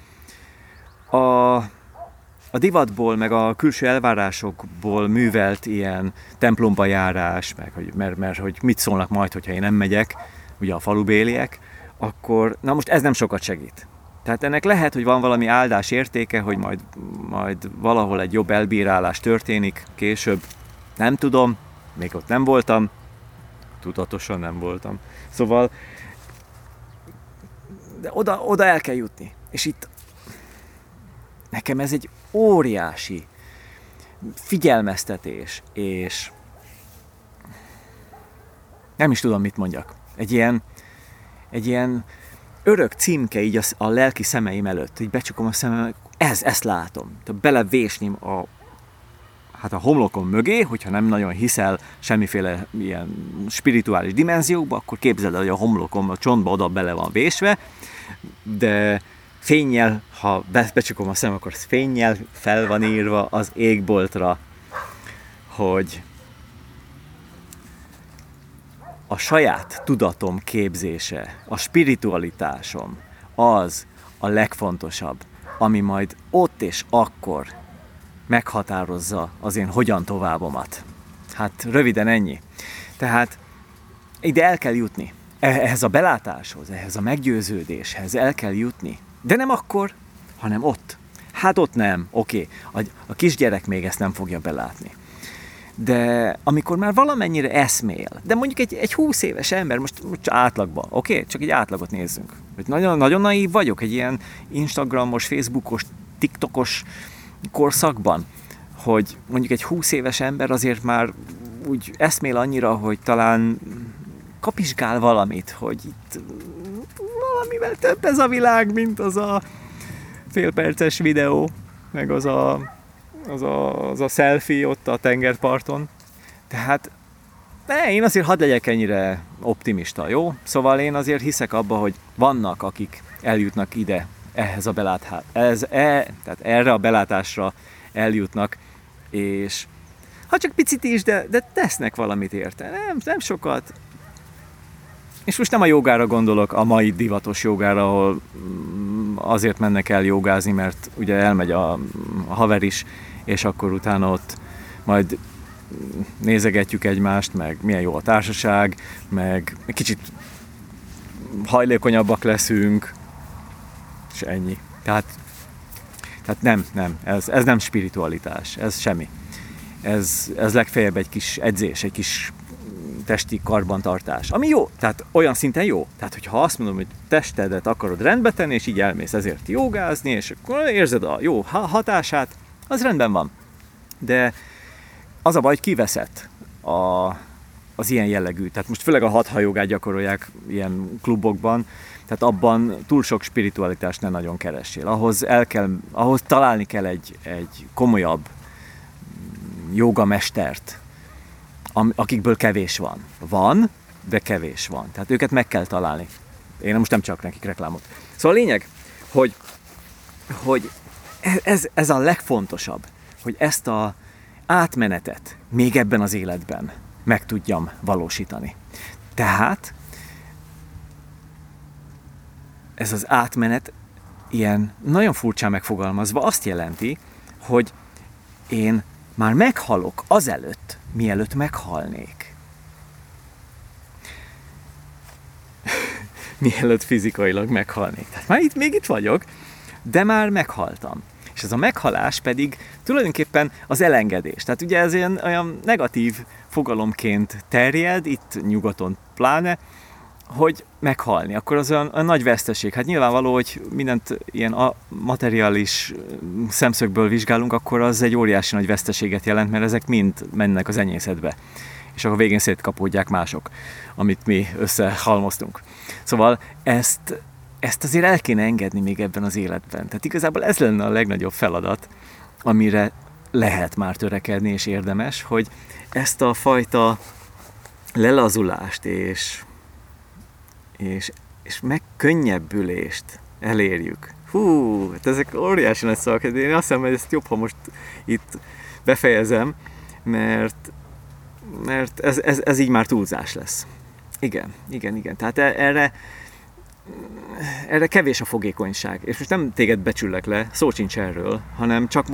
A divatból, meg a külső elvárásokból művelt ilyen templomba járás, mert hogy mit szólnak majd, hogyha én nem megyek, ugye a falubéliek, akkor, na most ez nem sokat segít. Tehát ennek lehet, hogy van valami áldás értéke, hogy majd valahol egy jobb elbírálás történik később. Nem tudom, még ott nem voltam, tudatosan nem voltam. Szóval de oda el kell jutni. És itt nekem ez egy óriási figyelmeztetés, és nem is tudom, mit mondjak. Egy ilyen örök címke így a lelki szemeim előtt. Így becsukom a szemem, ezt látom. Belevésni a homlokom mögé, hogyha nem nagyon hiszel semmiféle ilyen spirituális dimenziókba, akkor képzeld el, hogy a homlokom a csontba oda bele van vésve, de fénnyel, ha becsukom a szemem, akkor fénnyel fel van írva az égboltra, hogy a saját tudatom képzése, a spiritualitásom az a legfontosabb, ami majd ott és akkor meghatározza az én hogyan továbbomat. Hát röviden ennyi. Tehát ide el kell jutni. Ehhez a belátáshoz, ehhez a meggyőződéshez el kell jutni. De nem akkor, hanem ott. Hát ott nem, oké. A kisgyerek még ezt nem fogja belátni. De amikor már valamennyire eszmél, de mondjuk egy 20 éves ember, most átlagban, oké? Csak egy átlagot nézzünk. Nagyon, nagyon naív vagyok egy ilyen Instagramos, Facebookos, TikTokos korszakban, hogy mondjuk egy 20 éves ember azért már úgy eszmél annyira, hogy talán kapizsgál valamit, hogy itt valamivel több ez a világ, mint az a félperces videó, meg az a selfie ott a tengerparton. Tehát én azért hadd legyek ennyire optimista, jó? Szóval én azért hiszek abba, hogy vannak, akik eljutnak ide, ehhez a tehát erre a belátásra eljutnak, és ha csak picit is, de tesznek valamit érte. Nem sokat. És most nem a jogára gondolok, a mai divatos jogára, ahol azért mennek el jogázni, mert ugye elmegy a haver is, és akkor utána ott majd nézegetjük egymást, meg milyen jó a társaság, meg egy kicsit hajlékonyabbak leszünk, és ennyi. Tehát nem, ez nem spiritualitás, ez semmi. Ez legfeljebb egy kis edzés, egy kis testi karbantartás, ami jó, tehát olyan szinten jó. Tehát, hogyha azt mondom, hogy testedet akarod rendbe tenni, és így elmész ezért jogázni, és akkor érzed a jó hatását, az rendben van. De az a baj, hogy kiveszett az ilyen jellegű. Tehát most főleg a hatha jogát gyakorolják ilyen klubokban, tehát abban túl sok spiritualitást ne nagyon keressél. Ahhoz találni kell egy komolyabb jogamestert, akikből kevés van. Van, de kevés van. Tehát őket meg kell találni. Én most nem csak nekik reklámot. Szóval a lényeg, hogy ez a legfontosabb, hogy ezt az átmenetet még ebben az életben meg tudjam valósítani. Tehát ez az átmenet ilyen nagyon furcsán megfogalmazva azt jelenti, hogy én már meghalok azelőtt, mielőtt meghalnék. Mielőtt fizikailag meghalnék. Tehát már még itt vagyok, de már meghaltam. És ez a meghalás pedig tulajdonképpen az elengedés. Tehát ugye ez olyan negatív fogalomként terjed, itt nyugaton pláne, hogy meghalni, akkor az olyan nagy veszteség. Hát nyilvánvaló, hogy mindent ilyen materiális szemszögből vizsgálunk, akkor az egy óriási nagy veszteséget jelent, mert ezek mind mennek az enyészetbe. És akkor végén szétkapódják mások, amit mi összehalmoztunk. Szóval ezt azért el kéne engedni még ebben az életben. Tehát igazából ez lenne a legnagyobb feladat, amire lehet már törekedni, és érdemes, hogy ezt a fajta lelazulást és megkönnyebbülést elérjük. Hú, hát ezek óriási nagy szavak. Én azt hiszem, hogy ezt jobb, ha most itt befejezem, mert ez így már túlzás lesz. Igen. Tehát erre kevés a fogékonyság. És most nem téged becsüllek le, szó sincs erről, hanem csak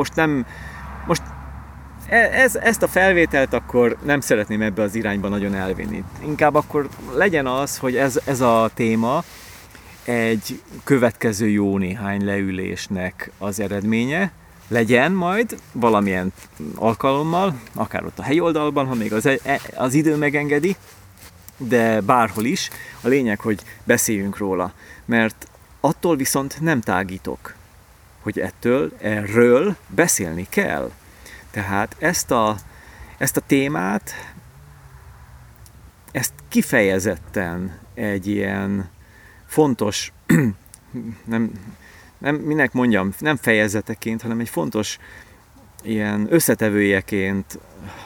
ezt a felvételt akkor nem szeretném ebbe az irányba nagyon elvinni. Inkább akkor legyen az, hogy ez a téma egy következő jó néhány leülésnek az eredménye, legyen majd valamilyen alkalommal, akár ott a helyi oldalban, ha még az idő megengedi, de bárhol is. A lényeg, hogy beszéljünk róla, mert attól viszont nem tágítok, hogy erről beszélni kell. Tehát ezt a témát ezt kifejezetten egy ilyen fontos, nem minek mondjam, nem fejezeteként, hanem egy fontos ilyen összetevőjeként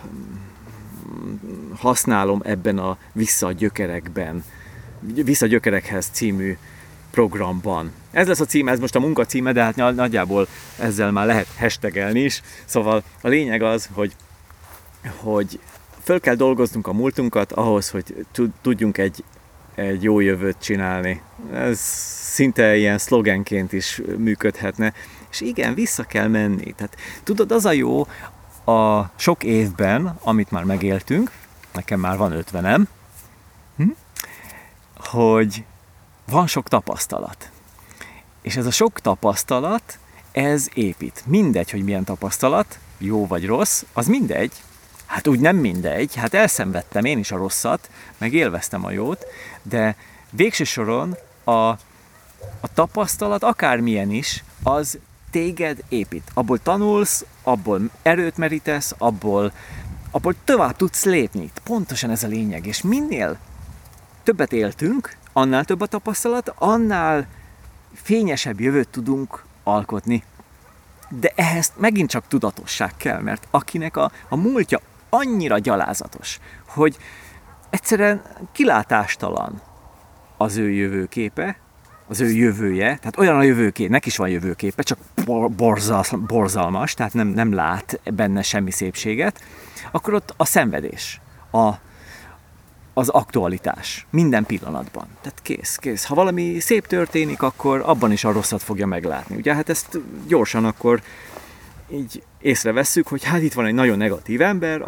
használom ebben a Vissza a gyökerekhez című programban. Ez lesz a cím, ez most a munka címe, de hát nagyjából ezzel már lehet hashtagelni is. Szóval a lényeg az, hogy föl kell dolgoznunk a múltunkat ahhoz, hogy tudjunk egy jó jövőt csinálni. Ez szinte ilyen szlogenként is működhetne. És igen, vissza kell menni. Tehát tudod, az a jó a sok évben, amit már megéltünk, nekem már van 50-em, hogy van sok tapasztalat. És ez a sok tapasztalat, ez épít. Mindegy, hogy milyen tapasztalat, jó vagy rossz, az mindegy. Hát úgy nem mindegy, hát elszenvedtem én is a rosszat, meg élveztem a jót, de végső soron a tapasztalat, akármilyen is, az téged épít. Abból tanulsz, abból erőt merítesz, abból tovább tudsz lépni. Pontosan ez a lényeg. És minél többet éltünk, annál több a tapasztalat, annál fényesebb jövőt tudunk alkotni. De ehhez megint csak tudatosság kell, mert akinek a múltja annyira gyalázatos, hogy egyszerűen kilátástalan az ő jövőképe, az ő jövője, tehát olyan a jövőkép, neki is van jövőképe, csak borzalmas, tehát nem lát benne semmi szépséget, akkor ott a szenvedés, az aktualitás minden pillanatban. Tehát kész. Ha valami szép történik, akkor abban is a rosszat fogja meglátni. Ugye hát ezt gyorsan akkor így észrevesszük, hogy hát itt van egy nagyon negatív ember,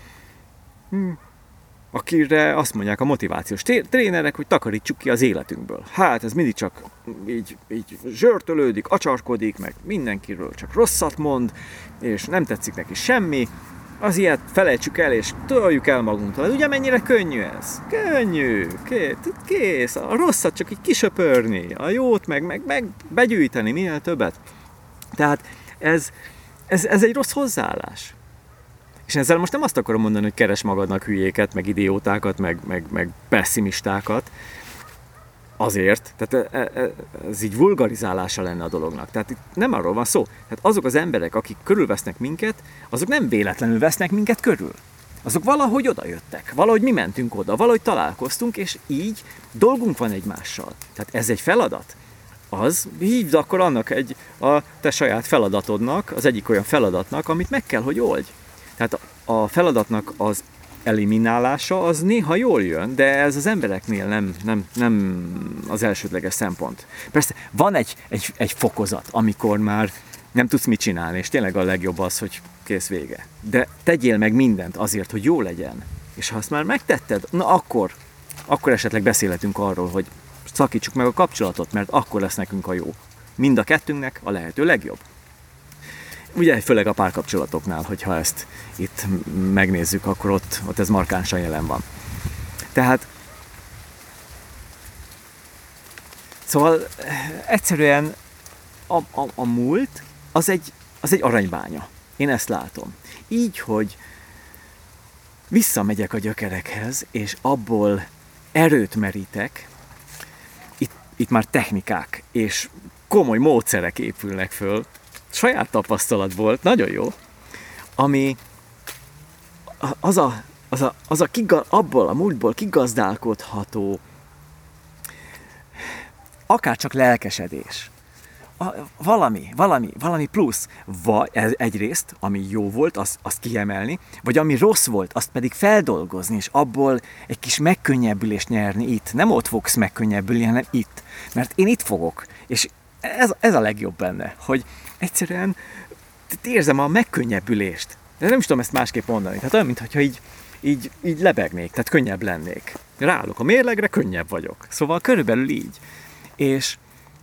akire azt mondják a motivációs trénerek, hogy takarítsuk ki az életünkből. Hát ez mindig csak így zsörtölődik, acsarkodik, meg mindenkiről csak rosszat mond, és nem tetszik neki semmi. Az ilyet felejtsük el, és toljuk el magunktól. Ugye mennyire könnyű ez? Könnyű, kész. A rosszat csak így kisöpörni, a jót meg begyűjteni minél többet. Tehát ez egy rossz hozzáállás. És ezzel most nem azt akarom mondani, hogy keres magadnak hülyéket, meg idiótákat, meg pessimistákat. Azért, tehát ez így vulgarizálása lenne a dolognak. Tehát itt nem arról van szó. Tehát azok az emberek, akik körülvesznek minket, azok nem véletlenül vesznek minket körül. Azok valahogy oda jöttek, valahogy mi mentünk oda, valahogy találkoztunk, és így dolgunk van egymással. Tehát ez egy feladat. Hívd akkor annak a te saját feladatodnak, az egyik olyan feladatnak, amit meg kell, hogy oldj. Tehát a feladatnak az eliminálása az néha jól jön, de ez az embereknél nem az elsődleges szempont. Persze van egy fokozat, amikor már nem tudsz mit csinálni, és tényleg a legjobb az, hogy kész, vége. De tegyél meg mindent azért, hogy jó legyen. És ha azt már megtetted, na akkor esetleg beszélhetünk arról, hogy szakítsuk meg a kapcsolatot, mert akkor lesz nekünk a jó. Mind a kettőnknek a lehető legjobb. Ugye főleg a párkapcsolatoknál, hogyha ezt itt megnézzük, akkor ott ez markánsan jelen van. Tehát szóval egyszerűen a múlt az egy aranybánya. Én ezt látom. Így, hogy visszamegyek a gyökerekhez, és abból erőt merítek, itt már technikák és komoly módszerek épülnek föl, saját tapasztalat nagyon jó, ami abból a múltból kigazdálkodható akárcsak lelkesedés, valami plusz, vagy egyrészt, ami jó volt, azt kiemelni, vagy ami rossz volt, azt pedig feldolgozni, és abból egy kis megkönnyebbülést nyerni itt. Nem ott fogsz megkönnyebbülni, hanem itt. Mert én itt fogok, és ez a legjobb benne, hogy egyszerűen érzem a megkönnyebbülést. De nem is tudom ezt másképp mondani. Tehát olyan, mintha így lebegnék, tehát könnyebb lennék. Ráállok a mérlegre, könnyebb vagyok. Szóval körülbelül így. És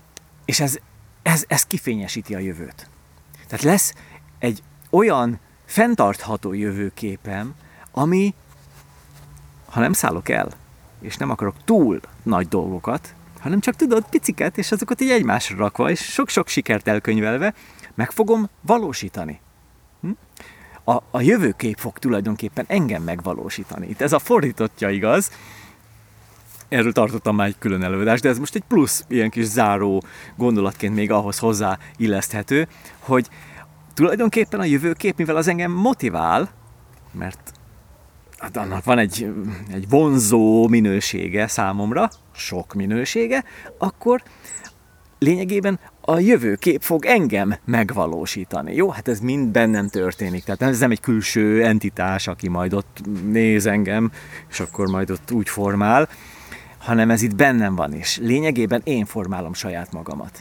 ez kifényesíti a jövőt. Tehát lesz egy olyan fenntartható jövőképem, ami, ha nem szállok el, és nem akarok túl nagy dolgokat, hanem csak tudod, piciket, és azokat így egymásra rakva, és sok-sok sikert elkönyvelve, meg fogom valósítani. a jövőkép fog tulajdonképpen engem megvalósítani. Itt ez a fordítottja igaz, erről tartottam már egy külön előadást, de ez most egy plusz ilyen kis záró gondolatként még ahhoz hozzá illeszthető, hogy tulajdonképpen a jövőkép, mivel az engem motivál, mert hát annak van egy vonzó minősége számomra, sok minősége, akkor lényegében a jövőkép fog engem megvalósítani. Jó, hát ez mind bennem történik. Tehát ez nem egy külső entitás, aki majd ott néz engem, és akkor majd ott úgy formál, hanem ez itt bennem van is. Lényegében én formálom saját magamat.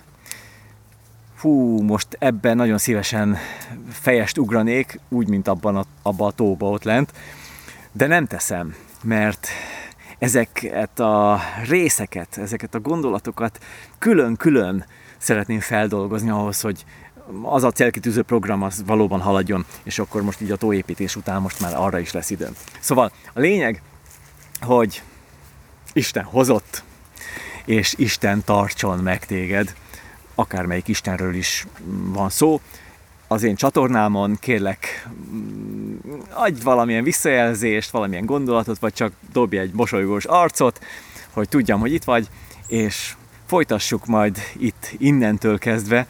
Most ebben nagyon szívesen fejest ugranék, úgy, mint abban a tóba ott lent, de nem teszem, mert ezeket a részeket, ezeket a gondolatokat külön-külön szeretném feldolgozni ahhoz, hogy az a célkitűző program az valóban haladjon, és akkor most így a tóépítés után most már arra is lesz időm. Szóval a lényeg, hogy Isten hozott, és Isten tartson meg téged, akármelyik Istenről is van szó. Az én csatornámon kérlek, adj valamilyen visszajelzést, valamilyen gondolatot, vagy csak dobj egy mosolygós arcot, hogy tudjam, hogy itt vagy, és folytassuk majd itt innentől kezdve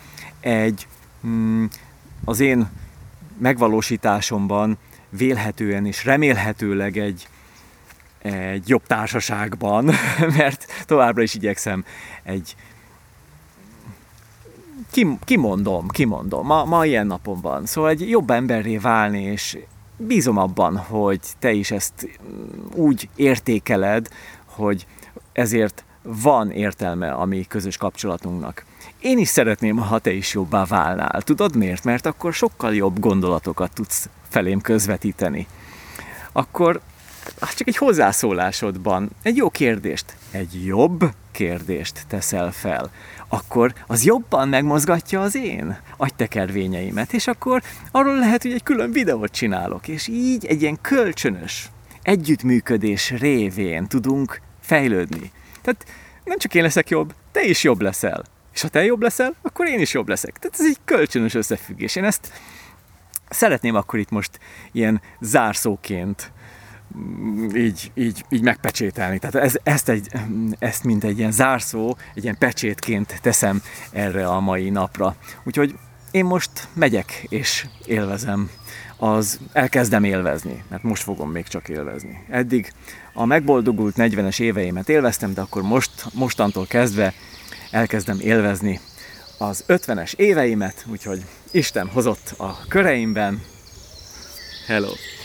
az én megvalósításomban vélhetően és remélhetőleg egy jobb társaságban, mert továbbra is igyekszem kimondom, ma ilyen napon van. Szóval egy jobb emberré válni, és bízom abban, hogy te is ezt úgy értékeled, hogy ezért van értelme a mi közös kapcsolatunknak. Én is szeretném, ha te is jobbá válnál. Tudod miért? Mert akkor sokkal jobb gondolatokat tudsz felém közvetíteni. Akkor csak egy hozzászólásodban egy jobb kérdést teszel fel, akkor az jobban megmozgatja az én agytekervényeimet, és akkor arról lehet, hogy egy külön videót csinálok, és így egy ilyen kölcsönös együttműködés révén tudunk fejlődni. Tehát nem csak én leszek jobb, te is jobb leszel. És ha te jobb leszel, akkor én is jobb leszek. Tehát ez egy kölcsönös összefüggés. Én ezt szeretném akkor itt most ilyen zárszóként így megpecsételni. Tehát ezt mint egy ilyen zárszó, egy ilyen pecsétként teszem erre a mai napra. Úgyhogy én most megyek és élvezem, elkezdem élvezni, mert most fogom még csak élvezni. Eddig a megboldogult 40-es éveimet élveztem, de akkor mostantól kezdve elkezdem élvezni az 50-es éveimet, úgyhogy Isten hozott a köreimben. Hello!